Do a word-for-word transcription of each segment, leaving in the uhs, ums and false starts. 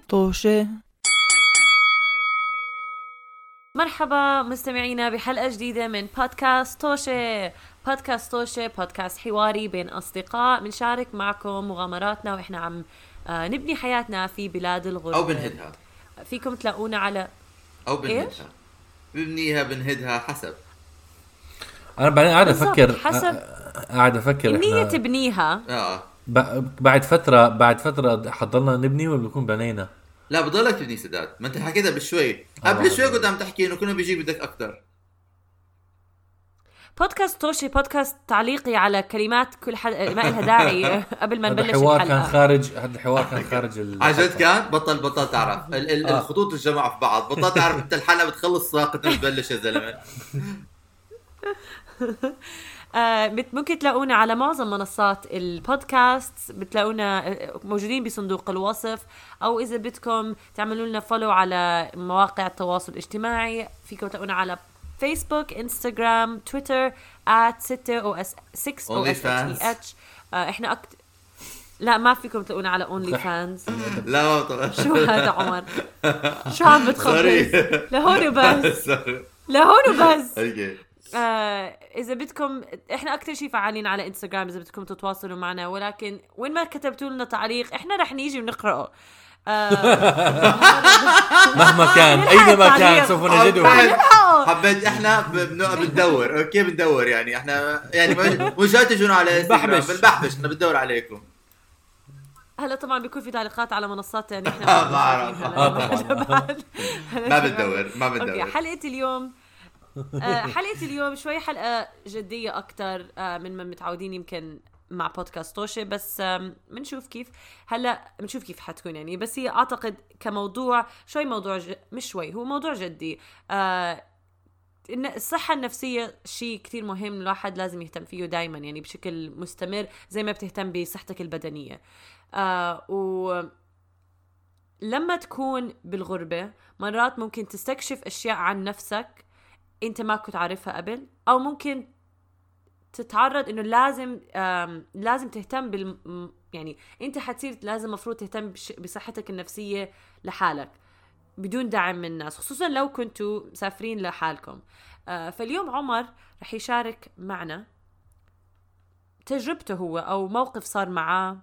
طوشة. مرحبا مستمعينا بحلقة جديدة من بودكاست طوشة. بودكاست طوشة بودكاست حواري بين أصدقاء بنشارك معكم مغامراتنا وإحنا عم آه نبني حياتنا في بلاد الغربة أو بنهدها. فيكم تلاقونا على أو بنهدها بنبنيها بنهدها حسب. أنا بعدين قاعد أفكر حسب قاعد أفكر النية تبنيها. آه. بعد فترة بعد فترة حضرنا نبني ولا بنكون بنينا؟ لا بضلك تبني سداد. ما أنت حكيتها بشوي قبل شوي كنت عم تحكي إنه كنا بيجيك بدك أكتر. بودكاست توشي بودكاست تعليقي على كلمات كل حد ما لها داعي قبل ما نبلش الحوار. الحلقة كان خارج هذا الحوار كان خارج عجد كان بطل بطل تعرف ال- ال- آه. الخطوط الجماعة في بعض. بطل تعرف أنت الحلقة بتخلص ساقط تبلش يا زلمة. آه ممكن تلاقونا على معظم منصات البودكاست، بتلاقونا موجودين بصندوق الوصف، أو إذا بدكم تعملوا لنا فولو على مواقع التواصل الاجتماعي فيكم تلاقونا على فيسبوك، انستغرام، تويتر آت ستة أو اس ستة أو اس اتش. إحنا أكت... لا ما فيكم تلاقونا على أونلي فانز. لا طبعا. شو هذا عمر؟ شو عم بتخبز؟ لهون بس لهون بس. آه إذا بدكم إحنا أكتر شيء فعالين على إنستغرام إذا بدكم تتواصلوا معنا، ولكن وين ما كتبتوا لنا تعليق إحنا رح نيجي ونقرأه. آه مهما كان أينما كان سوف نجده. حبيت إحنا بندور أوكي بندور يعني إحنا يعني مش هتجونا على إنستغرام بالبحبش إحنا بندور عليكم. هلا طبعا بيكون في تعليقات على منصات يعني إحنا ما أعرف ما بندور ما بندور. أوكي حلقة اليوم آه حلقة اليوم شوي حلقة جدية أكتر آه من ما متعودين يمكن مع بودكاست طوشة، بس بنشوف آه كيف هلأ بنشوف كيف حتكون يعني. بس هي أعتقد كموضوع شوي موضوع ج... مش شوي هو موضوع جدي. آه إن الصحة النفسية شيء كتير مهم الواحد لازم يهتم فيه دايما يعني بشكل مستمر زي ما بتهتم بصحتك البدنية. آه و لما تكون بالغربة مرات ممكن تستكشف أشياء عن نفسك انت ما كنت عارفها قبل، او ممكن تتعرض انه لازم لازم تهتم بال يعني انت حتصير لازم مفروض تهتم بصحتك النفسية لحالك بدون دعم من الناس، خصوصا لو كنتوا مسافرين لحالكم. فاليوم عمر رح يشارك معنا تجربته هو او موقف صار معاه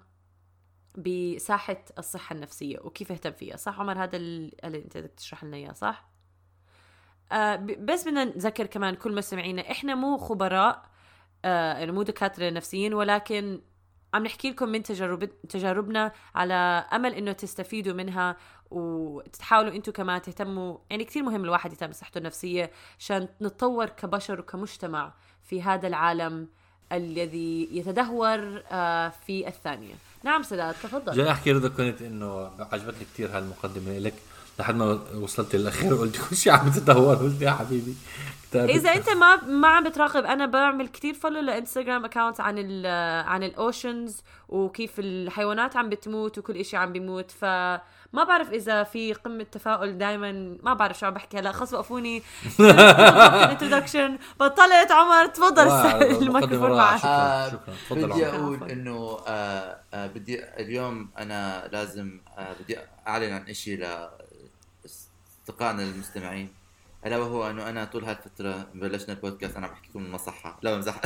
بساحة الصحة النفسية وكيف اهتم فيها. صح عمر؟ هذا اللي انت بدك تشرح لنا اياه صح؟ آه بس بدنا نذكر كمان كل مستمعينا احنا مو خبراء آه مو دكاترة نفسيين، ولكن عم نحكي لكم من تجارب تجاربنا على امل انه تستفيدوا منها وتحاولوا انتم كمان تهتموا. يعني كتير مهم الواحد يهتم بصحته النفسية عشان نتطور كبشر وكمجتمع في هذا العالم الذي يتدهور آه في الثانية. نعم سداد تفضل. جاي احكي رضا كنت انه عجبتني كتير هالمقدمة لك لحد ما وصلت للأخير وقلت كل شيء عم تدور. قلت يا حبيبي إذا أنت ما ما عم بتراقب، أنا بعمل كتير فولو لإنستغرام أكاونت عن ال عن الأوشنز وكيف الحيوانات عم بتموت وكل إشي عم بيموت، فما بعرف إذا في قمة تفاؤل دايما. ما بعرف شو عم بحكي هلا، خلص وقفوني introduction. بطلت عمر تفضل الميكروفون معك. شكرا شكرا تفضل. بدي أقول إنه آه آه بدي اليوم أنا لازم آه بدي أعلن عن إشي ل أصدقائنا المستمعين، ألا وهو أنه أنا طول هالفترة بلشنا البودكاست أنا بحكي لكم من مصحة. لا بمزح.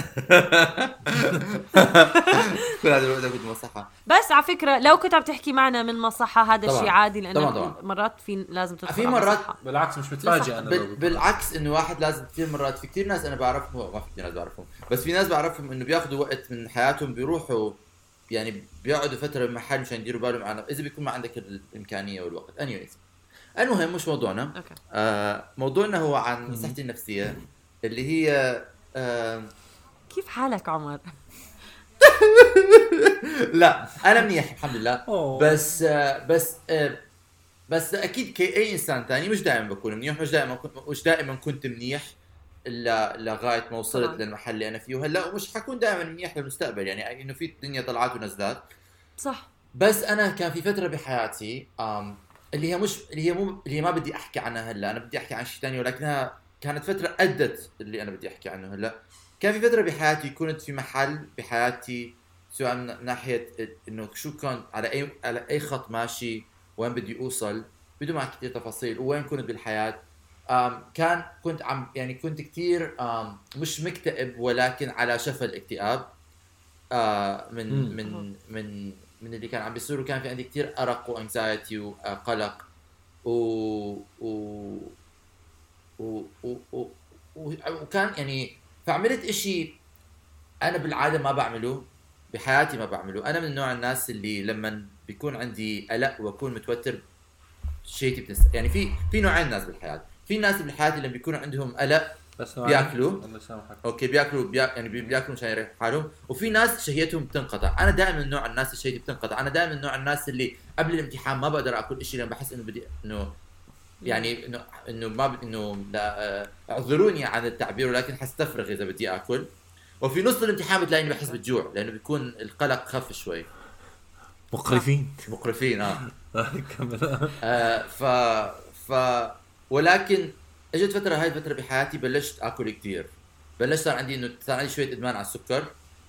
كل هذا الوقت كنت مصحة. بس على فكرة لو كنت عم تحكي معنا من مصحة هذا الشيء عادي، لأنه طبعاً طبعاً. مرات في لازم تدخل في مرات بالعكس مش متفاجئ أنا. بال... بالعكس إنه واحد لازم في مرات في كتير ناس أنا بعرفهم، ما في كتير ناس بعرفهم بس في ناس بعرفهم إنه بياخدوا وقت من حياتهم بيروحوا يعني بيقعدوا فترة بمحل مشان يديروا بالهم عنه إذا بيكون ما عندك الإمكانية والوقت. anyways المهم مش موضوعنا. آه موضوعنا هو عن صحتي النفسية اللي هي آه كيف حالك عمر؟ لا أنا منيح الحمد لله. بس آه بس آه بس أكيد كأي إنسان تاني مش دائما بكون منيح، مش دائما مش دائما كنت منيح إلا لغاية ما وصلت طبعا للمحل اللي أنا فيه، وهلا ومش حكون دائما منيح للمستقبل يعني إنه في الدنيا طلعات ونزلات. صح. بس أنا كان في فترة بحياتي آم اللي هي مش اللي هي مو اللي هي ما بدي احكي عنها هلا، انا بدي احكي عن شيء ثاني، ولكنها كانت فتره ادت اللي انا بدي احكي عنه هلا. كان في فتره بحياتي كنت في محل بحياتي سواء من ناحيه انه شو كان على اي على اي خط ماشي وين بدي اوصل بدون ما احكي كثير تفاصيل وين كنت بالحياه. آم كان كنت عم يعني كنت كثير مش مكتئب ولكن على شفا الاكتئاب آه من م. من من من اللي كان عم بيصير. وكان في عندي كثير ارق وانكزايتي وقلق و و و و وكان يعني فعملت اشي انا بالعاده ما بعمله بحياتي، ما بعمله. انا من نوع الناس اللي لما بيكون عندي قلق واكون متوتر شيء بتنس يعني في في نوعين ناس بالحياه. في ناس بالحياه اللي بيكونوا عندهم قلق بياكلوا اوكي بياكلوا بيا... يعني بياكلوا مشان يريحوا حالهم، وفي ناس شهيتهم بتنقطع. انا دائما من نوع الناس اللي شهيتي بتنقطع. انا دائما من نوع الناس اللي قبل الامتحان ما بقدر اكل شيء لان بحس انه بدي انه يعني انه انه ما ب... انه لا اعذروني عن التعبير ولكن حستفرغ اذا بدي اكل. وفي نص الامتحان بتلاقيني بحس بالجوع لانه بيكون القلق خف شوي. مقرفين مقرفين اه آه ف ف ولكن اجت فتره هاي الفتره بحياتي بلشت اكل كثير. بلشت صار عندي انه صار عندي شويه ادمان على السكر.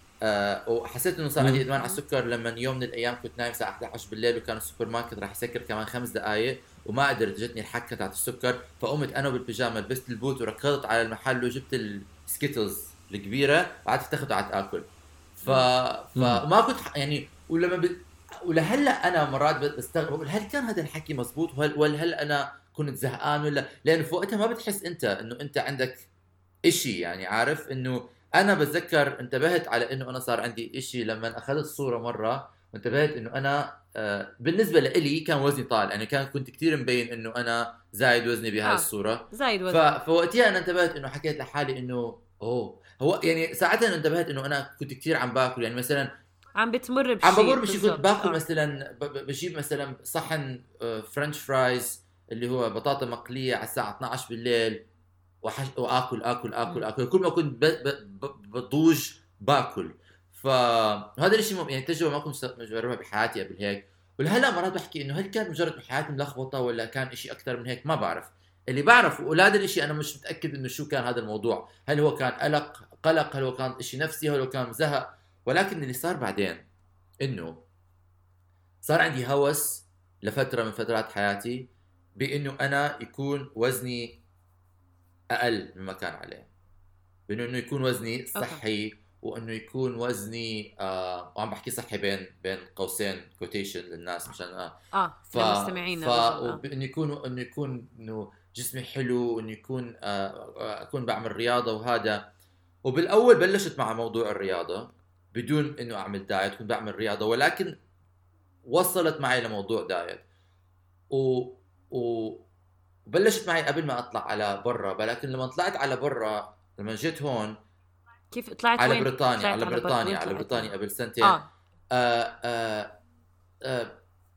آه وحسيت انه صار عندي ادمان على السكر لما يوم من الايام كنت نايم الساعه إحدى عشر بالليل وكان السوبر ماركت راح يسكر كمان خمس دقائق وما قدرت، جتني الحكه تاعت السكر. فقمت انا بالبيجامه لبست البوت وركضت على المحل وجبت السكيتلز الكبيره وقعدت افتخت وقعدت اكل. ف فما كنت يعني ولما ب... ولهلا انا مرات بستغرب بقول هل كان هذا الحكي مزبوط ولا هل انا كنت زهقان ولا لانه في وقتها ما بتحس انت انه انت عندك اشي. يعني عارف انه انا بتذكر انتبهت على انه انا صار عندي اشي لما اخذت صوره مره وانتبهت انه انا آه بالنسبه لإلي كان وزني طالع يعني كان كنت كتير مبين انه انا زايد وزني بهاي آه. الصوره زايد وزني. فوقتها انا انتبهت انه حكيت لحالي انه اوه هو يعني ساعتها انتبهت انه انا كنت كتير عم باكل. يعني مثلا عم بتمر بشيء عم بمر بشيء كنت باكل آه. مثلا بجيب مثلا صحن فرنش فرايز اللي هو بطاطا مقليه على الساعه اثنعش عشر بالليل وحش... واكل اكل اكل اكل كل ما كنت ب... ب... بضوج باكل. فهذا الشيء يعني تجربه ما كنت مجربها بحياتي قبل هيك. ولهلا مرات بحكي انه هل كان مجرد حياتي ملخبطه ولا كان شيء اكثر من هيك ما بعرف. اللي بعرف وهذا الشيء انا مش متاكد انه شو كان هذا الموضوع، هل هو كان قلق قلق هل هو كان شيء نفسي هل هو كان زهق. ولكن اللي صار بعدين انه صار عندي هوس لفتره من فترات حياتي بانه انا يكون وزني اقل مما كان عليه، بانه انه يكون وزني صحي وانه يكون وزني آه وعم بحكي صحي بين بين قوسين كوتيشن للناس مشان اه اه ف... للمستمعين. فانه يكون انه يكون انه جسمي حلو وانه يكون آه اكون بعمل رياضه وهذا. وبالاول بلشت مع موضوع الرياضه بدون انه اعمل دايت، كنت بعمل رياضه ولكن وصلت معي لموضوع دايت و و بلشت معي قبل ما اطلع على برا. ولكن لما طلعت على برا لما جيت هون كيف طلعت على وين؟ بريطانيا طلعت على بريطانيا على بريطانيا قبل سنتين آه. آه آه آه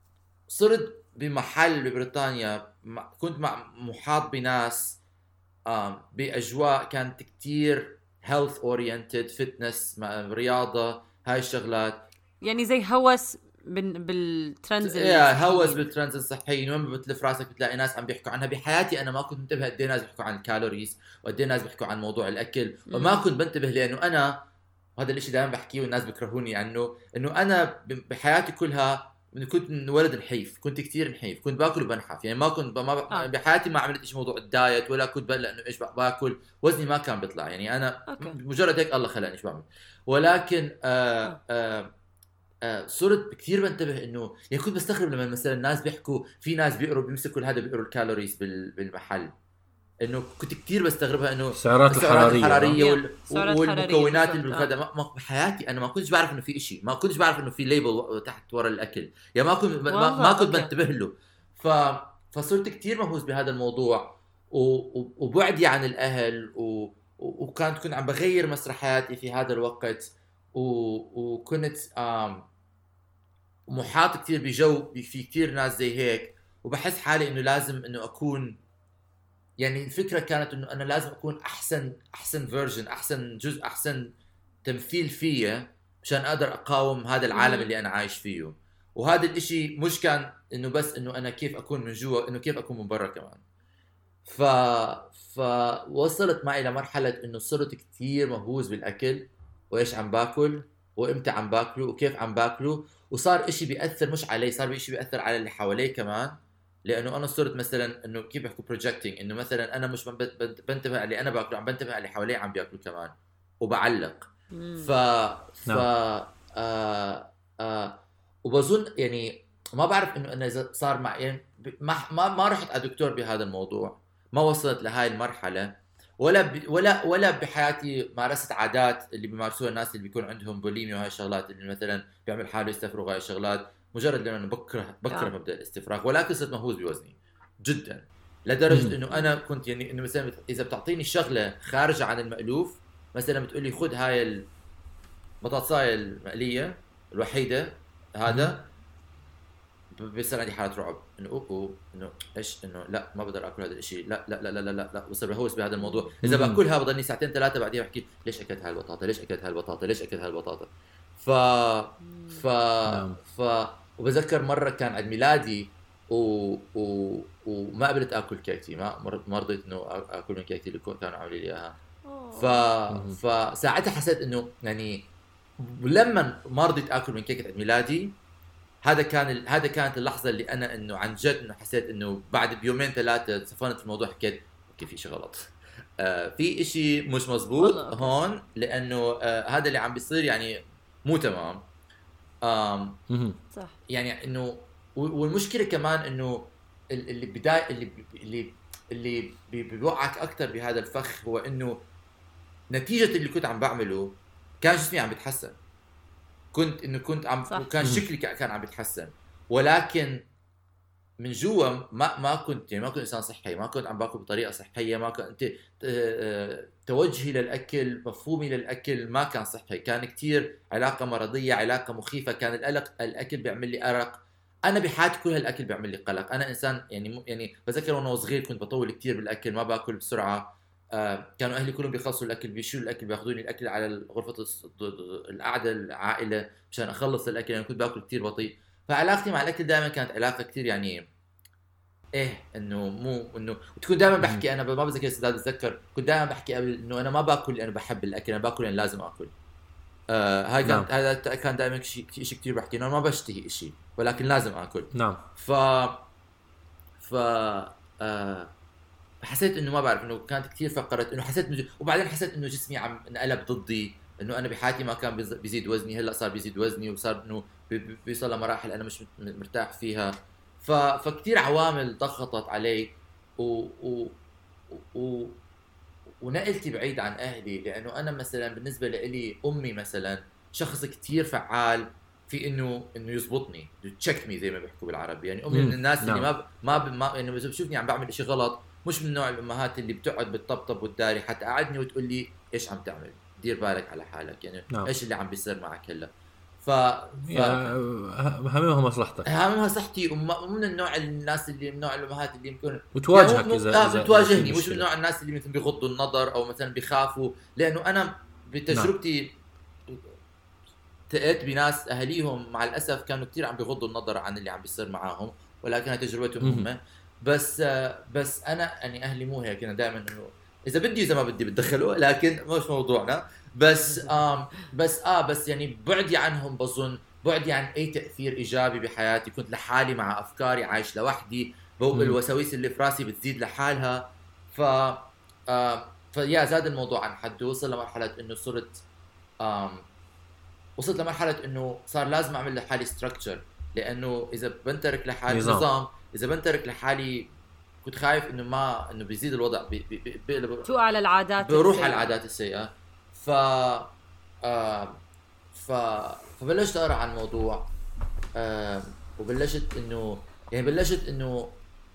صرت بمحل ببريطانيا كنت مع محاط بناس آه باجواء كانت كتير health oriented fitness مع رياضه هاي الشغلات يعني زي هوس بالترندز يا هوس بالترندز الصحيين. وين بتلف راسك بتلاقي ناس عم بيحكوا عنها. بحياتي انا ما كنت منتبه قد ايه ناس بيحكوا عن الكالوريز وقد ايه ناس بيحكوا عن موضوع الاكل وما كنت بنتبه لانه انا هذا الشيء دائما بحكيه والناس بيكرهوني عنه انه انا بحياتي كلها كنت ولد نحيف. كنت كتير نحيف كنت باكل وبنحف يعني ما كنت ما آه. بحياتي ما عملت شيء موضوع الدايت ولا كنت بقلق انه ايش باكل. وزني ما كان بيطلع يعني انا أوكي. مجرد هيك الله خلاني ايش بعمل. ولكن آه آه. آه آه صرت كثير بنتبه انه يعني كنت بستغرب لما مثلا الناس بيحكوا في ناس بيقروا بيمسكوا هذا بيقروا الكالوريز بالمحل انه كنت كثير بستغربها انه السعرات الحراريه, الحرارية وال... والمكونات اللي بالغداء ما... ما بحياتي انا ما كنتش بعرف انه في إشي. ما كنتش بعرف انه في ليبل تحت ورا الاكل يعني ما كنت ما, ما كنت بنتبه له. ف... فصرت كثير مهووس بهذا الموضوع و... وبعدي عن الاهل و... وكانت كنت عم بغير مسار حياتي في هذا الوقت و... وكنت آم... محاط كتير بجو في كتير ناس زي هيك وبحس حالي انه لازم انه اكون يعني الفكرة كانت انه انا لازم اكون احسن احسن فيرجن احسن جزء احسن تمثيل فيه مشان اقدر اقاوم هذا العالم اللي انا عايش فيه. وهذا الاشي مش كان انه بس انه انا كيف اكون من جوا انه كيف اكون من برا كمان. ف فوصلت معي لمرحلة انه صرت كتير مهووس بالاكل وايش عم باكل وامتى عم باكله وكيف عم باكله. وصار إشي بيأثر مش علي، صار إشي بيأثر على اللي حواليه كمان. لأنه أنا صرت مثلا إنه كيف بيحكوا projecting، إنه مثلا أنا مش بنتبه على اللي أنا باكله، عم بنتبه على اللي حواليه عم بياكلوا كمان وبعلق. ف ف آه آه وبظن يعني ما بعرف إنه أنا إذا صار مع يعني ما ما ما رحت على دكتور بهذا الموضوع، ما وصلت لهاي المرحلة، ولا ب... ولا ولا بحياتي مارست عادات اللي بيمارسوها الناس اللي بيكون عندهم بوليميا وهاي الشغلات، اللي مثلا بيعمل حاله يستفرغ هاي الشغلات. مجرد لأنه أنا بكره بكره آه. مبدأ الاستفراغ، ولكن صرت مهووس بوزني جدا لدرجة إنه أنا كنت يعني إنه مثلا إذا بتعطيني شغلة خارجة عن المألوف، مثلا بتقولي خد هاي البطاطساية المقلية الوحيدة هذا، بيصير عندي حالة رعب إنه أوه إنه إيش إنه لا ما بقدر أكل هذا الشيء، لا لا لا لا لا لا بصير بهوس بهذا الموضوع. إذا بأكلها بضلني ساعتين ثلاثة بعدين بحكي ليش أكلت هاي البطاطا، ليش أكلت هاي البطاطا، ليش أكلت هاي البطاطا. ف ف ف وبذكر مرة كان عيد ميلادي و... و... وما قبلت أكل كيكتي، ما ما رضيت إنه أكل من كيكتي اللي كانوا عاملين لي إياها. ف فساعتها حسيت إنه يعني لما ما رضيت أكل من كيكة عيد ميلادي، هذا كان ال... هذا كانت اللحظة اللي أنا إنه عن جد إنه حسيت إنه بعد بيومين ثلاثة صفنت في الموضوع، حكيت كيف في شيء غلط، آه في إشي مش مزبوط هون، لأنه آه هذا اللي عم بيصير يعني مو تمام. آم صح. يعني إنه والمشكلة كمان إنه اللي بداية اللي اللي اللي بيوقعك أكتر بهذا الفخ هو إنه نتيجة اللي كنت عم بعمله كان جسمي عم بيتحسن، كنت إنه كنت عم صح. كان شكلي كان عم بيتحسن، ولكن من جوا ما ما كنت يعني ما كنت إنسان صحي، ما كنت عم باكل بطريقة صحية، ما كنت توجهي للأكل مفهومي للأكل ما كان صحي، كان كتير علاقة مرضية، علاقة مخيفة. كان القلق الأكل بيعمل لي أرق، أنا بحياتي كل هالأكل بيعمل لي قلق. أنا إنسان يعني يعني بذكر وأنا صغير كنت بطول كتير بالأكل، ما باكل بسرعة. آه كانوا أهلي كلهم بيخلصوا الأكل، بيشيلوا الأكل، بياخذوني الأكل على غرفة القعدة العائلة مشان أخلص الأكل. أنا يعني كنت باكل كتير بطيء، فعلاقتي مع الأكل دائما كانت علاقة كتير يعني إيه إنه مو إنه وتكون دائما بحكي أنا ما بذكر سداد بتذكر كنت دائما بحكي قبل إنه أنا ما باكل لأنه بحب الأكل، أنا باكل لأن لازم أكل. آه هاي كانت نعم. هذا كان دائما شيء شيء كتير بحكي إنه أنا ما بشتهي إشي ولكن لازم أكل. نعم. ف ف آه حسيت إنه ما بعرف إنه كانت كتير فقرت إنه حسيت إنه وبعدين حسيت إنه جسمي عم انقلب ضدي، إنه أنا بحياتي ما كان بيزيد وزني، هلا صار بيزيد وزني وصار إنه بيوصل لمراحل أنا مش مرتاح فيها. ف فكتير عوامل ضغطت علي و و و ونقلتي بعيد عن أهلي، لأنه أنا مثلا بالنسبة لي أمي مثلا شخص كتير فعال في إنه إنه يزبطني تشيك مي زي ما بيحكوا بالعربي. يعني أمي من الناس اللي ما ما ما يعني إذا بشوفني عم بعمل إشي غلط مش من نوع الأمهات اللي بتقعد بتطبطب وتداري، حتى قعدني وتقول لي إيش عم تعمل، دير بالك على حالك، يعني نعم. إيش اللي عم بيصير معك هلا. ف... ف... هممها مصلحتك، هممها صحتي، ومن النوع الناس اللي من نوع الأمهات اللي يمكن وتواجهك يعني إذا إذا بتواجهني، مش من نوع الناس اللي مثل بيغضوا النظر أو مثلا بيخافوا. لأنه أنا بتجربتي نعم. تقيت بناس أهليهم مع الأسف كانوا كتير عم بيغضوا النظر عن اللي عم بيصير معاهم، ولكنها تجربتهم هم. بس بس أنا يعني أهلي مو هيك، أنا دائما إنه إذا بدي إذا ما بدي بتدخلوا، لكن مش موضوعنا. بس آم بس آه بس يعني بعدي عنهم بظن بعدي عن أي تأثير إيجابي بحياتي. كنت لحالي مع أفكاري، عايش لوحدي، بوق الوساويس اللي في راسي بتزيد لحالها. ف آه فيا زاد الموضوع عن حد، وصل لمرحلة إنه صرت آم وصلت لمرحلة إنه صار لازم أعمل لحالي structure، لأنه إذا بنترك لحالي نظام, نظام إذا بنترك لحالي كنت خايف إنه ما إنه بيزيد الوضع بي بي بي بي تو على العادات بروح على العادات السيئة. ف آه ف فبلشت أقرأ عن الموضوع، آه وبلشت إنه يعني بلشت إنه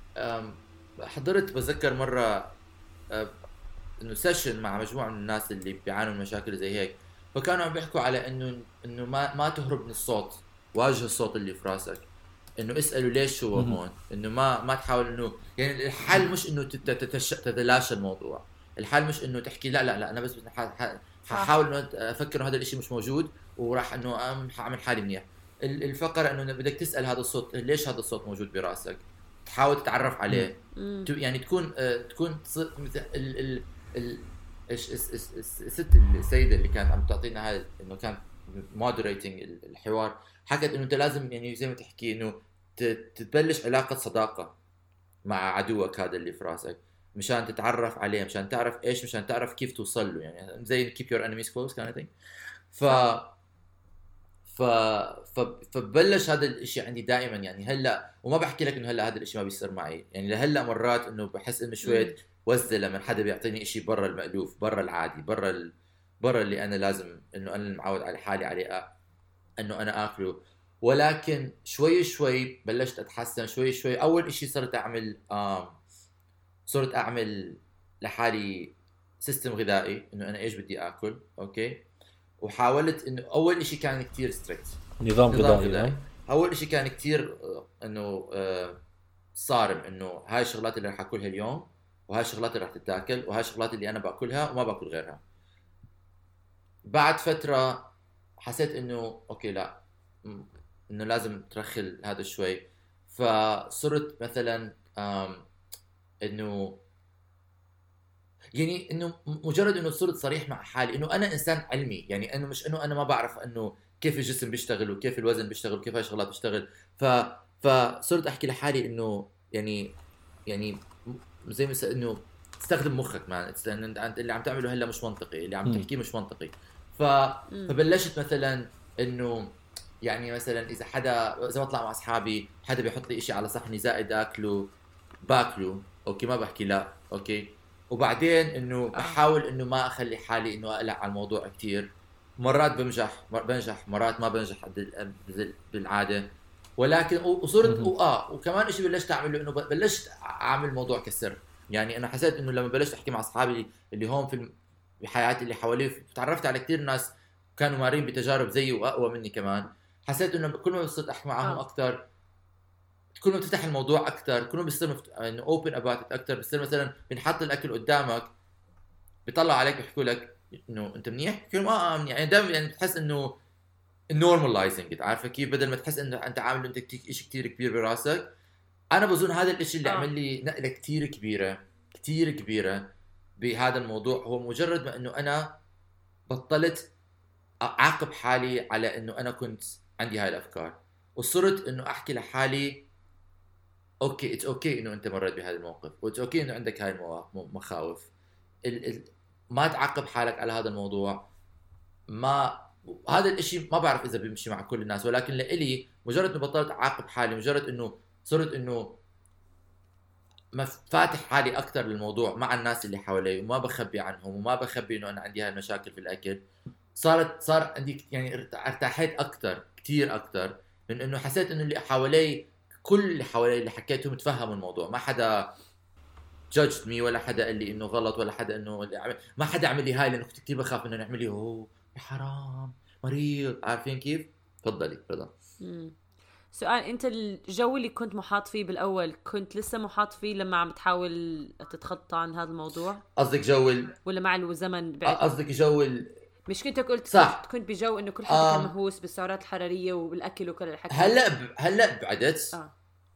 حضرت بذكر مرة آه إنه سيشن مع مجموعة من الناس اللي بيعانوا من مشاكل زي هيك، فكانوا عم بيحكوا على إنه إنه ما ما تهرب من الصوت، واجه الصوت اللي في راسك، إنه اسألوا ليش هو هون، إنه ما ما تحاول إنه يعني الحل مش إنه تتلاشى الموضوع، الحل مش إنه تحكي لا لا لا أنا بس حاحاول إنه أفكر إنه هذا الإشي مش موجود وراح إنه أعمل حالي منيح. الفقرة إنه بدك تسأل هذا الصوت ليش هذا الصوت موجود براسك، تحاول تتعرف عليه، يعني تكون تكون مثل ال ال ال إيش الست السيدة اللي كانت عم تعطينا هاي إنه كانت مودريتنج الحوار، حكت انه انت لازم يعني زي ما تحكي انه تبلش علاقه صداقه مع عدوك هذا اللي في راسك مشان تتعرف عليه، مشان تعرف ايش، مشان تعرف كيف توصل له، يعني زي keep your enemies close kind of thing. ف ف ف فبلش هذا الاشي عندي دائما، يعني هلا وما بحكي لك انه هلا هذا الاشي ما بيصير معي، يعني لهلا مرات انه بحس انه شويه وزه لما حدا بيعطيني اشي برا المألوف، برا العادي، برا ال... برا اللي انا لازم انه انا معود على حالي عليه أ... انه انا اكله. ولكن شوي شوي بلشت اتحسن، شوي شوي اول اشي صرت اعمل آم... صرت اعمل لحالي سيستم غذائي انه انا ايش بدي اكل. اوكي، وحاولت انه اول اشي كان كتير ستريكت، نظام غذائي. اول اشي كان كتير انه صارم، انه هاي الشغلات اللي راح اكلها اليوم، وهاي الشغلات اللي راح تتاكل، وهاي الشغلات اللي انا باكلها وما باكل غيرها. بعد فتره حسيت انه اوكي لا، انه لازم ترخل هذا شوي، فصرت مثلا انه يعني انه مجرد انه صرت صريح مع حالي انه انا انسان علمي، يعني انه مش انه انا ما بعرف انه كيف الجسم بيشتغل وكيف الوزن بيشتغل وكيف هاي الشغلات بتشتغل. ف فصرت احكي لحالي انه يعني يعني زي مثلا انه تستخدم مخك، ما انت اللي عم تعمله هلا مش منطقي، اللي عم تحكيه مش منطقي. ف فبلشت مثلا انه يعني مثلا اذا حدا اذا بطلع مع اصحابي حدا بيحط لي شيء على صحني زائد اكله باكله، اوكي ما بحكي لا، اوكي. وبعدين انه بحاول انه ما اخلي حالي انه اقلع على الموضوع كتير. مرات بنجح بنجح مرات ما بنجح بالعاده، ولكن وصرت اه وكمان شيء بلشت اعمله انه بلشت اعمل موضوع كسر. يعني انا حسيت انه لما بلشت احكي مع اصحابي اللي هون في بحياتي اللي حوالي، تعرفت على كتير ناس كانوا مارين بتجارب زيي واقوى مني كمان. حسيت انه كل ما صرت احكي معهم آه. اكثر، كل ما تفتح الموضوع اكثر، كل ما بيصير مفت... انه اوبن اباوت اكثر. بصير مثلا بنحط الاكل قدامك، بيطلع عليك بيحكوا لك انه انت منيح، كل اه يعني دائما يعني بتحس انه نورماليزنج، عارفه كيف، بدل ما تحس انه انت عامل انت شيء كثير كبير براسك. انا بظن هذا الشيء اللي آه. عمل لي نقله كثير كبيره كثير كبيره بهذا الموضوع، هو مجرد ما انه انا بطلت اعاقب حالي على انه انا كنت عندي هاي الافكار، وصرت انه احكي لحالي اوكي اتس اوكي انه انت مريت بهذا الموقف، واتس اوكي انه عندك هاي المخاوف. ال ال ما تعاقب حالك على هذا الموضوع. ما هذا الاشي ما بعرف اذا بيمشي مع كل الناس، ولكن لإلي مجرد انه بطلت اعاقب حالي، مجرد انه صرت انه ما فاتح حالي اكثر للموضوع مع الناس اللي حوالي، وما بخبي عنهم، وما بخبي انه انا عندي هاي المشاكل في الاكل، صارت صار عندي يعني ارتاحت اكثر كثير اكثر من انه حسيت انه اللي حوالي كل اللي حوالي اللي حكيتهم تفهموا الموضوع. ما حدا judged me، ولا حدا قال لي انه غلط، ولا حدا انه ما حدا عمل لي هاي، لانه كنت كثير بخاف انه نعمل لي هو يا حرام مريض، عارفين كيف. تفضلي رضا. سؤال، انت الجو اللي كنت محاط فيه بالاول كنت لسه محاط فيه لما عم تحاول تتخطى عن هذا الموضوع؟ قصدك جو ال... ولا مع الزمن بعد؟ قصدك جو ال... مش كنت قلت صح. كنت بجو انه كل حدا كان مهووس بالسعرات الحراريه والاكل وكل الحكي. هلا ب... هلا بعدت اه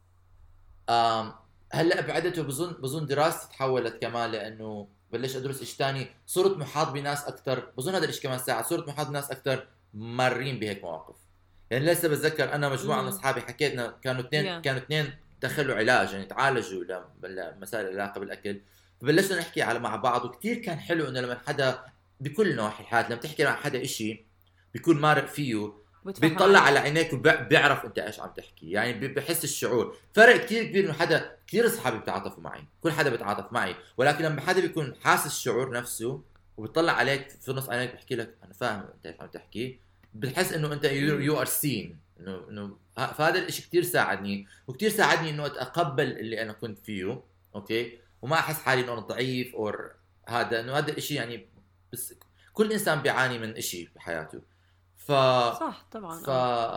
آم هلا بعدت، وبظن بظن دراستي تحولت كمان، لانه بلش ادرس شيء ثاني، صرت محاط بناس اكثر. بظن هذا الشيء كمان ساعه صرت محاط بناس اكثر مارين بهيك مواقف. يعني لسه بتذكر انا مجموعه من اصحابي حكيتنا، كانوا اثنين yeah. كانوا اثنين دخلوا علاج، يعني تعالجوا لمسائل العلاقه بالاكل، فبلشنا نحكي على مع بعض. وكتير كان حلو انه لما حدا بكل نواحي الحياه لما تحكي مع حدا إشي بيكون مارق فيه، بيطلع على عينيك وبيعرف انت ايش عم تحكي، يعني بحس الشعور. فرق كتير كبير انه حدا كتير اصحابي بتعاطفوا معي، كل حدا بتعاطف معي، ولكن لما حدا بيكون حاسس الشعور نفسه وبيطلع عليك في نص عينيك بيحكي لك انا فاهم انت ايش عم تحكي، بتحس انه انت يو ار سين، انه انه فهذا الشيء كتير ساعدني، وكتير ساعدني انه اتقبل اللي انا كنت فيه. اوكي، وما احس حالي انه انا ضعيف او هذا، انه هذا الشيء يعني بس كل انسان بيعاني من شيء بحياته. ف صح طبعا. ف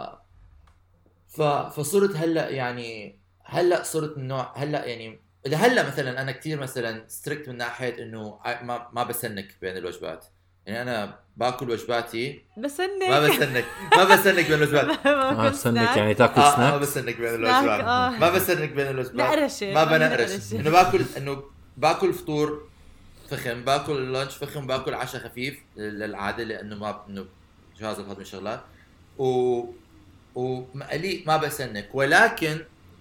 ف فصرت هلا يعني هلا صرت النوع هلا يعني هلا مثلا انا كتير مثلا ستريكت من ناحيه انه ما ما بسنك بين الوجبات. يعني انا باكل وجباتي بسنك ما بسنك ما بسنك بين الوجبات. ما بسنك يعني تاكل آه سناك؟ ما بسنك بين الوجبات. آه. ما بسنك بين الوجبات. نقرش ما بنقرش انه باكل انه باكل فطور فخم، باكل لانش فخم، باكل عشاء خفيف للعاده، لانه ما انه جهاز الهضمي شغلات و ومقلي ما بسنك، ولكن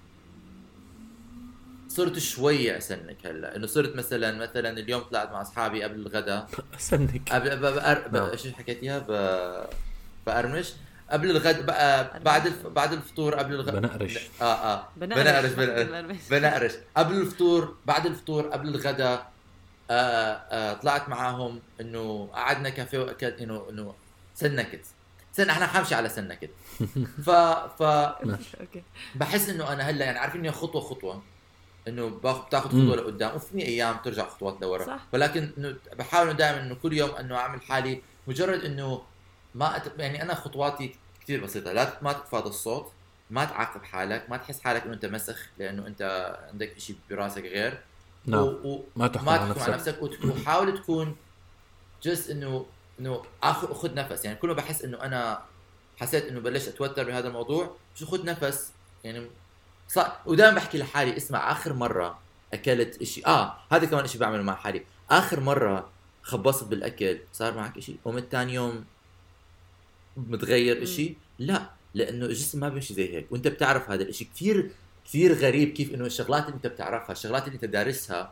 صرت شوية أسنك هلا، إنه صرت مثلا مثلا اليوم طلعت مع أصحابي قبل الغداء أسنك قبل بقر... ب... شو حكيتيها ب... بقرمش قبل الغداء بقى بعد الف... بعد الفطور قبل الغداء بنقرش اه اه بنقرش بنقرش بنقرش قبل الفطور بعد الفطور قبل الغداء آه آه طلعت معاهم إنه قعدنا كافيه وأكلت إنه إنه سنكت سن احنا حامشي على سنكت ف ف بحس إنه أنا هلا يعني عارفين إنه خطوة خطوة انه باخذ بتاخذ خطوه لقدام وفي ايام ترجع خطوات لورا، ولكن انه بحاول دائما انه كل يوم انه اعمل حالي مجرد انه ما أت... يعني انا خطواتي كثير بسيطه، لا ما تتفاضى الصوت، ما تعاقب حالك، ما تحس حالك انه انت مسخ لانه انت عندك شيء براسك غير نعم. و... و... ما تحكم على نفسك, نفسك وحاول تكون جس انه انه اخذ خذ نفس، يعني كل ما بحس انه انا حسيت انه بلشت اتوتر بهذا الموضوع شو خذ نفس يعني صح. ودائما بحكي لحالي اسمع اخر مره اكلت اشي اه هذا كمان اشي بعمله مع حالي، اخر مره خبصت بالاكل صار معك اشي ومن ثاني يوم متغير اشي؟ لا، لانه الجسم ما بيمشي زي هيك، وانت بتعرف هذا الاشي كثير كثير غريب كيف انه الشغلات اللي انت بتعرفها الشغلات اللي انت دارسها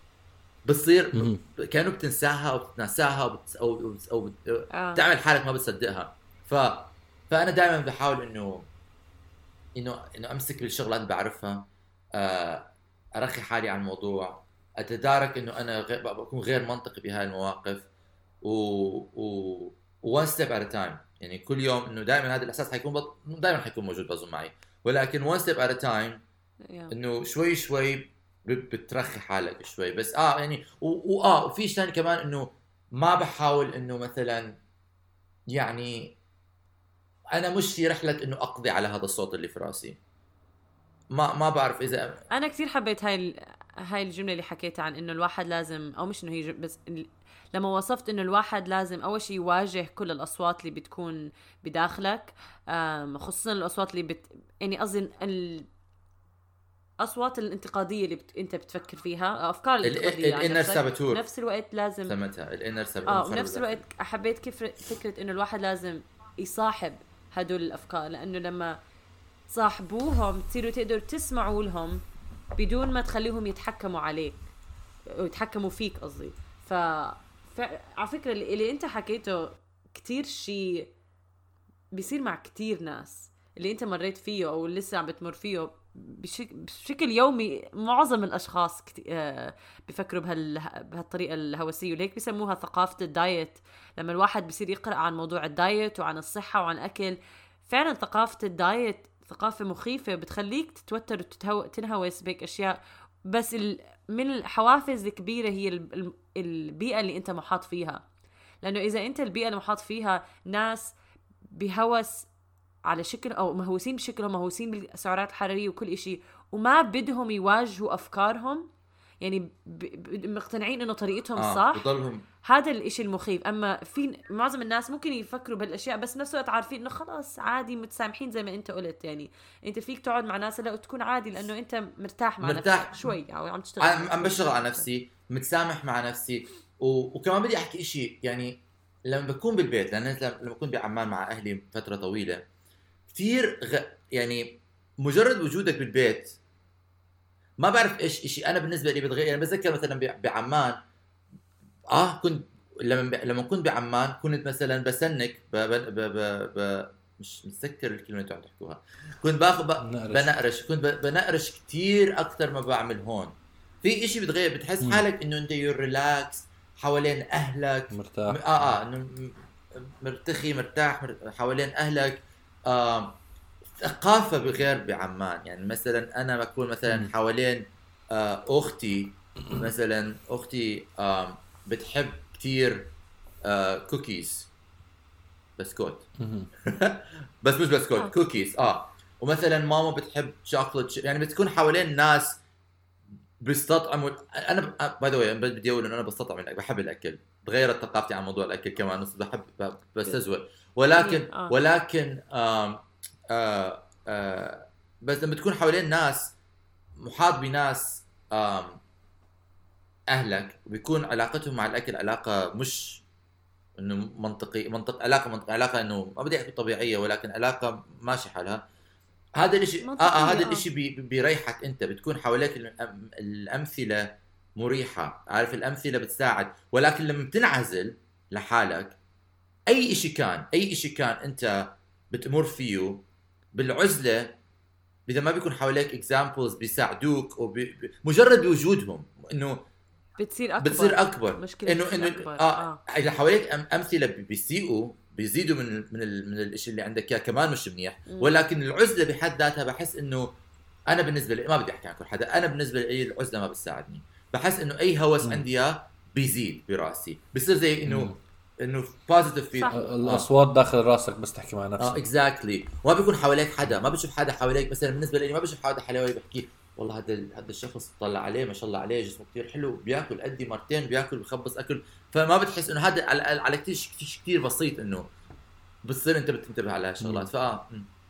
بتصير كانوا بتنساها او بتنساها أو, بت... أو, أو بت... آه. تعمل حالك ما بتصدقها. ف فانا دائما بحاول انه انه انه امسك بالشغلات اللي بعرفها، ارخي حالي عن الموضوع، اتدارك انه انا غير بكون غير منطقي بهاي المواقف و و one step at a time، يعني كل يوم انه دائما هذا الاحساس حيكون بط... دائما حيكون موجود بظن معي، ولكن one step at a time انه شوي شوي بترخي حالك شوي بس اه يعني واه وفي شيء ثاني كمان انه ما بحاول انه مثلا يعني انا مش في رحله انه اقضي على هذا الصوت اللي في راسي، ما ما بعرف اذا انا كثير حبيت هاي ال... هاي الجمله اللي حكيتها عن انه الواحد لازم او مش انه هي بس لما وصفت انه الواحد لازم اول شيء يواجه كل الاصوات اللي بتكون بداخلك، خصوصا الاصوات اللي بت... يعني قصدي الاصوات الانتقاديه اللي بت... انت بتفكر فيها، افكار الانتقاديه الانر سابوتور، نفس الوقت لازم سمتها الانر سابوتور اه ونفس الوقت حبيت كيف فكره انه الواحد لازم يصاحب هدول الافكار، لانه لما صاحبوهم تصيروا تقدروا تسمعوا لهم بدون ما تخليهم يتحكموا عليك ويتحكموا فيك قصدي. ف... ف على فكره اللي... اللي انت حكيته كتير شيء بيصير مع كتير ناس اللي انت مريت فيه او لسه عم بتمر فيه بشك... بشكل يومي. معظم الاشخاص كت... آه... بيفكروا بهال... بهالطريقه الهوسيه، وليك بيسموها ثقافه الدايت. لما الواحد بيصير يقرأ عن موضوع الدايت وعن الصحه وعن اكل، فعلا ثقافه الدايت ثقافة مخيفة بتخليك تتوتر وتتهو... تنهوس بيك أشياء. بس ال... من الحوافز الكبيرة هي ال... البيئة اللي أنت محاط فيها، لأنه إذا أنت البيئة اللي محاط فيها ناس بهوس على شكل أو مهوسين بشكل مهوسين بالسعرات الحرارية وكل إشي وما بدهم يواجهوا أفكارهم، يعني ب... ب... مقتنعين إنه طريقتهم آه صح، بضلهم... هذا الإشي المخيف. أما في معظم الناس ممكن يفكروا بالأشياء بس نفس الوقت عارفين إنه خلاص عادي متسامحين زي ما أنت قلت. يعني أنت فيك تقعد مع ناس لا وتكون عادي لأنه أنت مرتاح مع مرتاح. نفسك شوي أو عم تشتغل عم بشتغل على نفسي، متسامح مع نفسي و... وكمان بدي أحكي إشي. يعني لما بكون بالبيت، لأن لما بكون بعمان مع أهلي فترة طويلة كثير غ... يعني مجرد وجودك بالبيت ما بعرف إيش إشي أنا بالنسبة لي بتغير. يعني بتذكر مثلا بعمان اه كنت لما لما كنت بعمان كنت مثلا بسنك ب... ب... ب... ب... مش متذكر الكلمه اللي عم تحكوها، كنت باخذ ب... بنقرش كنت ب... بنقرش كتير اكثر ما بعمل هون. في إشي بتغير، بتحس حالك انه انت يور ريلاكس حوالين اهلك مرتاح اه اه انه مرتخي مرتاح مر... حوالين اهلك. آه... ثقافه بغير بعمان. يعني مثلا انا بكون مثلا حوالين آه اختي، مثلا اختي آه بتحب كتير آه كوكيز بسكوت بس مش بسكوت آه. كوكيز اه ومثلا ماما بتحب شوكولات. يعني بتكون حوالين ناس بيستطعموا. انا باي ذا واي بدي اقول انه انا بستطعم الاكل، بحب الاكل، تغيرت ثقافتي عن موضوع الاكل كمان، بس بحب بستزوق. ولكن آه. ولكن آم آه آه بس لما تكون حوالين ناس محاط بناس آم اهلك وبيكون علاقتهم مع الاكل علاقه مش انه منطقي منطق علاقه منطق علاقه انه ما بدي احكي طبيعيه ولكن علاقه ماشي حالها. هذا الشيء اه, آه هذا الشيء بي بيريحك انت، بتكون حواليك الأم الامثله مريحه، عارف الامثله بتساعد. ولكن لما بتنعزل لحالك اي شيء كان اي شيء كان انت بتمر فيه بالعزله، اذا ما بيكون حواليك اكزامبلز بيساعدوك او بي مجرد بوجودهم انه بتصير اكبر بتصير اكبر انه انه أكبر. اه, آه. اذا حواليك امثله بيسيئوا بيزيدوا من من ال من الشيء اللي عندك اياه كمان مش منيح. ولكن العزله بحد ذاتها بحس انه انا بالنسبه لي ما بدي احكي عن كل حدا، انا بالنسبه لي العزله ما بتساعدني. بحس انه اي هوس عندي اياه بيزيد براسي، بصير زي انه انه بوزيتيف في الاصوات داخل راسك بس تحكي مع نفسك. اه اكزاكتلي. وما بيكون حواليك حدا، ما بتشوف حدا حواليك. مثلا بالنسبه لي ما بشوف حدا حوالي بحكي والله هذا هذا الشخص طلع عليه ما شاء الله عليه جسمه كثير حلو، بياكل قدي مرتين، بياكل بخبص اكل. فما بتحس انه هذا على, على كثير شيء كثير بسيط انه بتصير انت بتنتبه على هالشغلات. فاه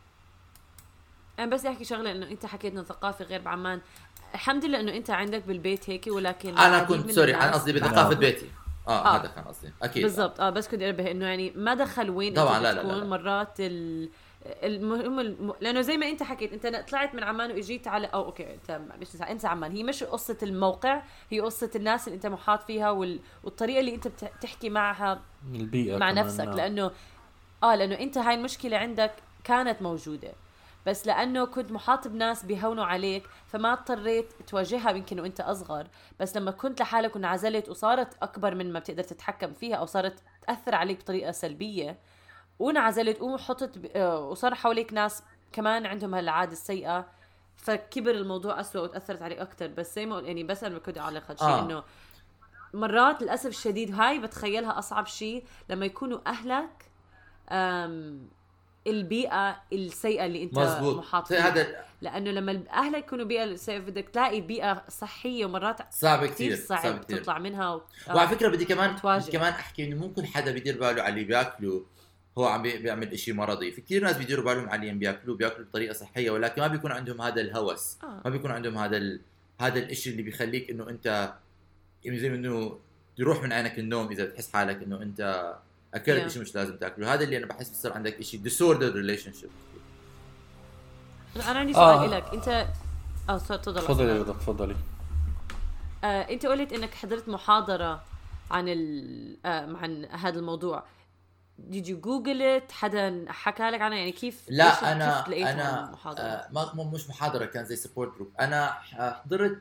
انا بس احكي شغله انه انت حكيت انه ثقافه غير بعمان. الحمد لله انه انت عندك بالبيت هيك، ولكن انا كنت سوري انا قصدي بثقافه بيتي. آه, اه هذا كان قصدي اكيد بالضبط. اه بس كنت انبه انه يعني ما دخل وين طبعا انت لا لا بتكون لا. مرات ال المهم الم... لانه زي ما انت حكيت انت طلعت من عمان واجيت على او اوكي انت مش انت عمان، هي مش قصه الموقع، هي قصه الناس اللي انت محاط فيها وال... والطريقه اللي انت بتحكي معها البيئه مع نفسك. لانه اه لانه انت هاي المشكله عندك كانت موجوده، بس لانه كنت محاط بناس بيهونوا عليك فما اضطريت تواجهها يمكن وانت اصغر. بس لما كنت لحالك وانعزلت وصارت اكبر من ما بتقدر تتحكم فيها او صارت تاثر عليك بطريقه سلبيه ونعزلت وحطت ب... وصار حواليك ناس كمان عندهم هالعاده السيئه، فكبر الموضوع أسوأ وتاثرت عليك اكثر. بس زي ما يعني بس انا كنت اعلق هالشيء آه. انه مرات للاسف الشديد هاي بتخيلها اصعب شيء لما يكونوا اهلك أم... البيئه السيئه اللي انت مزبوط. محاط فيها هذا. لانه لما اهلك يكونوا بيئه سيئه بدك تلاقي بيئه صحيه ومرات صعب كثير صعب, صعب كتير. تطلع منها و... وعلى فكره بدي كمان بدي كمان احكي انه مو كل حدا بيدير باله على اللي بياكله هو عم بيعمل إشي مرضي. في كتير ناس بيديروا بالهم على اللي بياكلوا بياكلوا بطريقه صحيه، ولكن ما بيكون عندهم هذا الهوس آه. ما بيكون عندهم هذا ال... هذا الإشي اللي بيخليك انه انت زي انه يروح من عينك النوم اذا بتحس حالك انه انت اكلت yeah. إشي مش لازم تاكله. هذا اللي انا بحس بصير عندك إشي disordered relationship. انا عندي سؤال لك آه. انت اه تفضل تفضلي تفضلي آه، انت قلت انك حضرت محاضره عن آه، عن هذا الموضوع. did you google it؟ حدا حكى لك عنها يعني كيف؟ لا انا انا آه ما مش محاضره، كان زي سبورت جروب. انا حضرت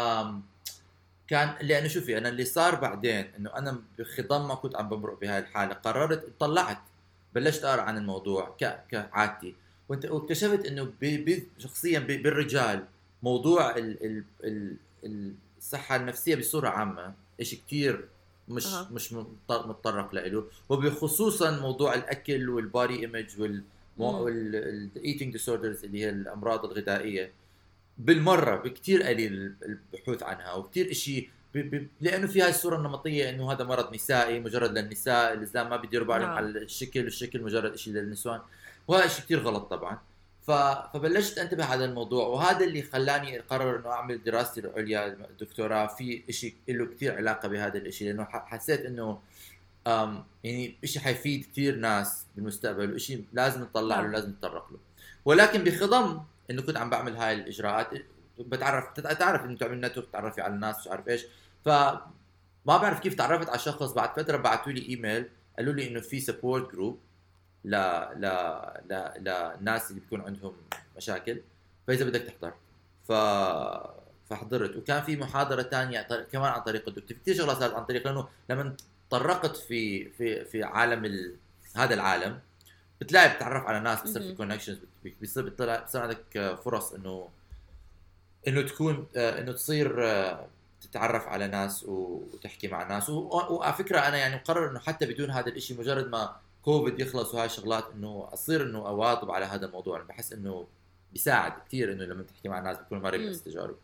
كان لانه شوفي انا اللي صار بعدين انه انا بخضم ما كنت عم بمرق بهاي الحاله، قررت طلعت بلشت اقرا عن الموضوع كعادتي، وانت واكتشفت انه شخصيا بالرجال موضوع ال ال ال الصحه النفسيه بصوره عامه إشي كتير مش أه. مش متطرق له، وبخصوصا موضوع الاكل والباري ايمج وال والايتينج ديسوردرز اللي هي الامراض الغذائيه بالمره بكتير قليل البحوث عنها، وكتير إشي ب... ب... لانه في هاي الصوره النمطيه انه هذا مرض نسائي مجرد للنساء، الاسلام ما بيديروا بالهم على الشكل، والشكل مجرد إشي للنسوان، وهذا شيء كتير غلط طبعا. ف... فبلشت انتبه على الموضوع، وهذا اللي خلاني اقرر انه اعمل دراستي العليا الدكتوراه في إشي له كتير علاقه بهذا الإشي، لانه حسيت انه أم يعني إشي حيفيد كتير ناس بالمستقبل، وإشي لازم نطلع له لازم نتطرق له. ولكن بخضم انه كنت عم بعمل هاي الاجراءات بتعرف تعرف انه تعمل نتورك، تعرفي على الناس مش عارف ايش، فما بعرف كيف تعرفت على شخص. بعد فتره بعثوا لي ايميل قالوا لي انه في سبورت جروب لا لا لا للناس اللي بيكون عندهم مشاكل، فاذا بدك تحضر. ف فحضرت، وكان في محاضره تانية كمان عن طريق الدكتور. كثير شغلات صارت عن طريق، لانه لما تطرقت في في في عالم ال... هذا العالم بتلاقي بتتعرف على ناس، بتصير في كونكشنز، بيصير بتطلع بصير عندك فرص انه انه تكون انه تصير تتعرف على ناس وتحكي مع ناس. وعلى فكره انا يعني مقرر انه حتى بدون هذا الاشي مجرد ما كوفيد يخلص وهاي الشغلات انه اصير انه اواظب على هذا الموضوع. انا بحس انه بيساعد كثير انه لما تحكي مع ناس بيكونوا مريض بالتجارب.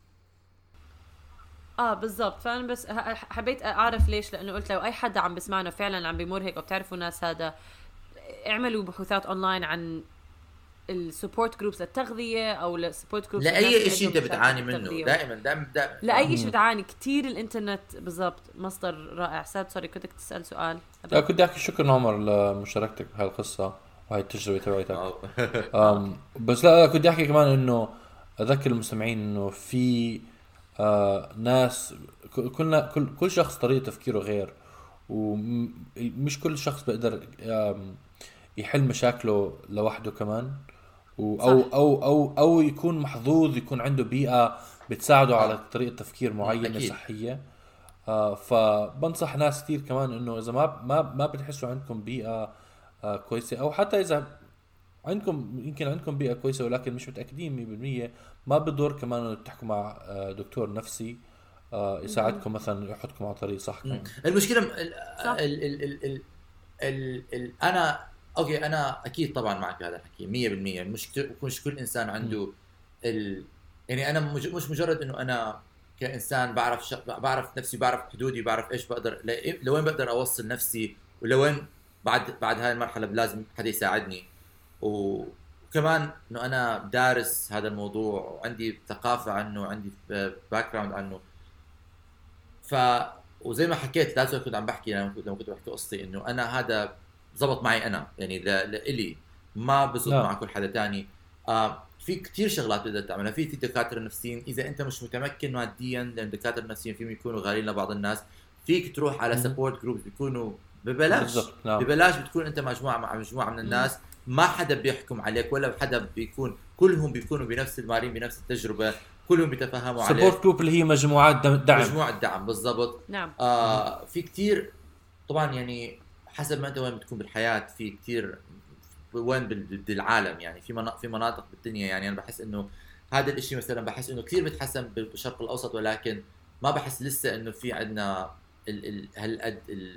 اه بالضبط. فانا بس حبيت اعرف ليش، لانه قلت لو اي حدا عم بسمعنا فعلا عم بيمر هيك او بتعرفوا ناس، هذا اعملوا بحوثات اونلاين عن السبورت جروبس للتغذيه او السبورت جروبس لاي شيء انت بتعاني منه دائما دائما دائما لاي شيء بتعاني كتير الانترنت بالضبط مصدر رائع. ساد سوري كنتك تسال سؤال. لا كنت احكي شكرا عمر لمشاركتك بهاي القصه وهي التجربه تبعتك. بس لا كنت احكي كمان انه اذكر المستمعين انه في آه ناس كلنا كل كل شخص طريقه تفكيره غير ومش كل شخص بيقدر يحل مشاكله لوحده كمان أو, أو أو أو أو يكون محظوظ يكون عنده بيئة بتساعده على طريقة تفكير معينة أكيد. صحية. آه فبنصح ناس كتير كمان إنه إذا ما ما ما بتحسوا عندكم بيئة آه كويسة أو حتى إذا عندكم يمكن عندكم بيئة كويسة ولكن مش متأكدين مية بالمية ما بضر كمان إنه تحكوا مع آه دكتور نفسي آه يساعدكم مثلا يحطكم على طريق صح. المشكلة ال ال ال ال ال ال ال أنا اوكي انا اكيد طبعا معك هذا الحكي مية بالمية. مش مش كل انسان عنده ال... يعني انا مج... مش مجرد انه انا كانسان بعرف ش... بعرف نفسي بعرف حدودي بعرف ايش بقدر ل... لوين بقدر اوصل نفسي ولوين بعد بعد هاي المرحله لازم حدا يساعدني. وكمان انه انا دارس هذا الموضوع وعندي ثقافه عنه وعندي باك جراوند عنه. ف وزي ما حكيت لازم كنت عم بحكي لما كنت بحكي قصتي انه انا هذا زبط معي انا يعني لإلي ما بزبط مع كل حدا تاني. آه في كتير شغلات تقدر تعملها. في في دكاتره نفسيين اذا انت مش متمكن ماديا لان الدكاتره النفسيين فيهم يكونوا غاليين لبعض الناس فيك تروح على سبورت جروبز بيكونوا ببلاش ببلاش بتكون انت مجموعه مع مجموعه من الناس ما حدا بيحكم عليك ولا حدا بيكون كلهم بيكونوا بنفس المارين بنفس التجربه كلهم بيتفاهموا عليك. سبورت جروب اللي هي مجموعات دعم مجموعه دعم بالضبط. نعم. آه في كتير طبعا يعني حسب ما انت وين بتكون بالحياه في كتير وين بالعالم يعني في مناطق في مناطق بالدنيا يعني انا بحس انه هذا الاشي مثلا بحس انه كثير بتحسن بالشرق الاوسط ولكن ما بحس لسه انه في عندنا هالقد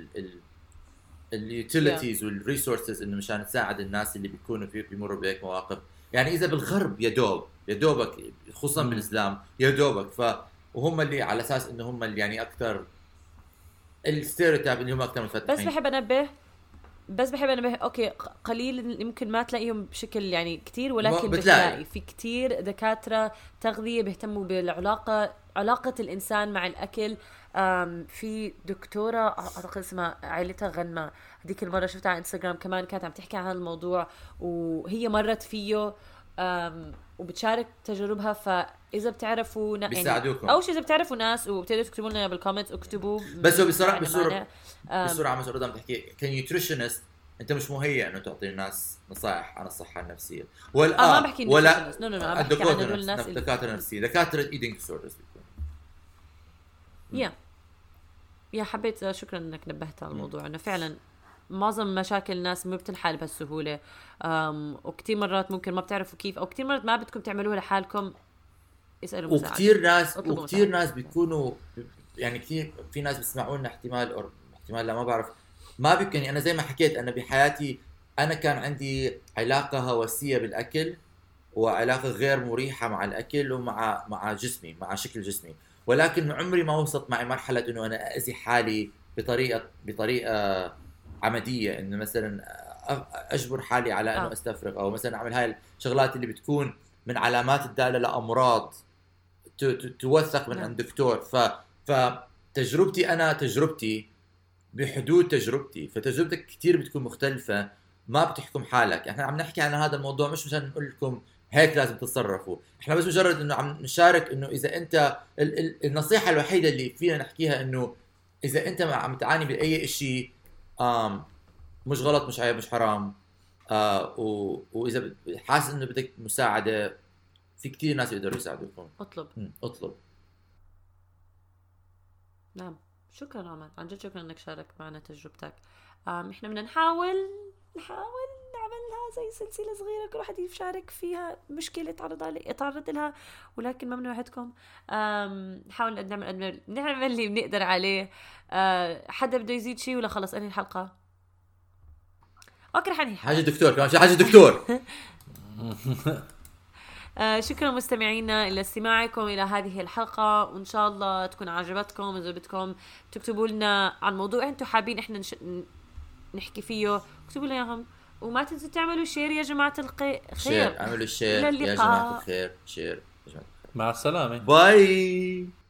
اليوتيليتيز والريسورسز انه مشان نساعد الناس اللي بيكونوا في بيمروا بهيك مواقف. يعني اذا بالغرب يا دوب يا دوبك خصوصا م. بالاسلام يا دوبك ف وهم اللي على اساس انه هم اللي يعني اكثر الستيريوتايب اللي هم اكثر مفتحين. بس بحب انبه بس بحب انبه اوكي قليل يمكن ما تلاقيهم بشكل يعني كتير ولكن بتلاقي في كتير دكاتره تغذيه بيهتموا بالعلاقه علاقه الانسان مع الاكل. في دكتوره اعتقد اسمها عائلتها غنمه هذيك المره شفتها على انستغرام كمان كانت عم تحكي عن هذا الموضوع وهي مرت فيه وبتشارك تجاربها. فاذا بتعرفوا نا... يعني اول شيء اذا بتعرفوا ناس وبتقدروا تكتبوا لنا بالكومنتس اكتبوا. بس هو بصراحه بصوره بصوره عامه قدام تحكي كنيوتريشنست انت مش مهيئ انه تعطي الناس نصائح عن الصحه النفسيه ولا آه ما بحكي ولا نو نو نو بحكي عن هدول الناس دكاتره نفسيه دكاتره ايتينج ديسوردرز بيكون. يا يا حبيت شكرا انك نبهت على الموضوع انه فعلا معظم مشاكل الناس ما بتنحل بهالسهوله وكثير مرات ممكن ما بتعرفوا كيف او كثير مرات ما بدكم تعملوها لحالكم اسالوا مساعده. وكثير ناس وكثير ناس بيكونوا يعني كثير في ناس بيسمعوا لنا احتمال أو احتمال لا ما بعرف ما بيكون يعني انا زي ما حكيت انا بحياتي انا كان عندي علاقه هوسيه بالاكل وعلاقه غير مريحه مع الاكل ومع مع جسمي مع شكل جسمي ولكن عمري ما وصلت معي مرحله انه انا اذي حالي بطريقه بطريقه عمديه انه مثلا اجبر حالي على انه استفرغ او مثلا اعمل هاي الشغلات اللي بتكون من علامات الداله لامراض توثق من عند دكتور. ف فتجربتي انا تجربتي بحدود تجربتي فتجربتك كتير بتكون مختلفه ما بتحكم حالك. احنا عم نحكي عن هذا الموضوع مش مشان نقول لكم هيك لازم تتصرفوا احنا بس مجرد انه عم نشارك انه اذا انت ال- ال- النصيحه الوحيده اللي فينا نحكيها انه اذا انت عم تعاني باي شيء آم مش غلط مش عيب مش حرام آه و... واذا حاسس انه بدك مساعده في كتير ناس يقدروا يساعدوكم اطلب م. اطلب. نعم شكرا عمر عن جد شكرا انك شارك معنا تجربتك. آم احنا بدنا نحاول نحاول نعملها زي سلسله صغيره كل واحد يشارك فيها مشكله يتعرض عليه يتعرض لها ولكن ما بنوعدكم نحاول نعمل نعمل اللي بنقدر عليه. أه حدا بده يزيد شيء ولا خلص انهي الحلقه؟ اوكي رح انهي حاجه دكتور كمان شي حاجه دكتور. آه شكرا مستمعينا إلى استماعكم إلى هذه الحلقة وإن شاء الله تكون عجبتكم. إذا بدكم تكتبوا لنا عن موضوع أنتم حابين إحنا نش... نحكي فيه اكتبوا لنا إياهم وما تنسوا تعملوا شير يا جماعة الخير. شير اعملوا الشير يا جماعة الخير. شير يا جماعة الخير. مع السلامة. باي.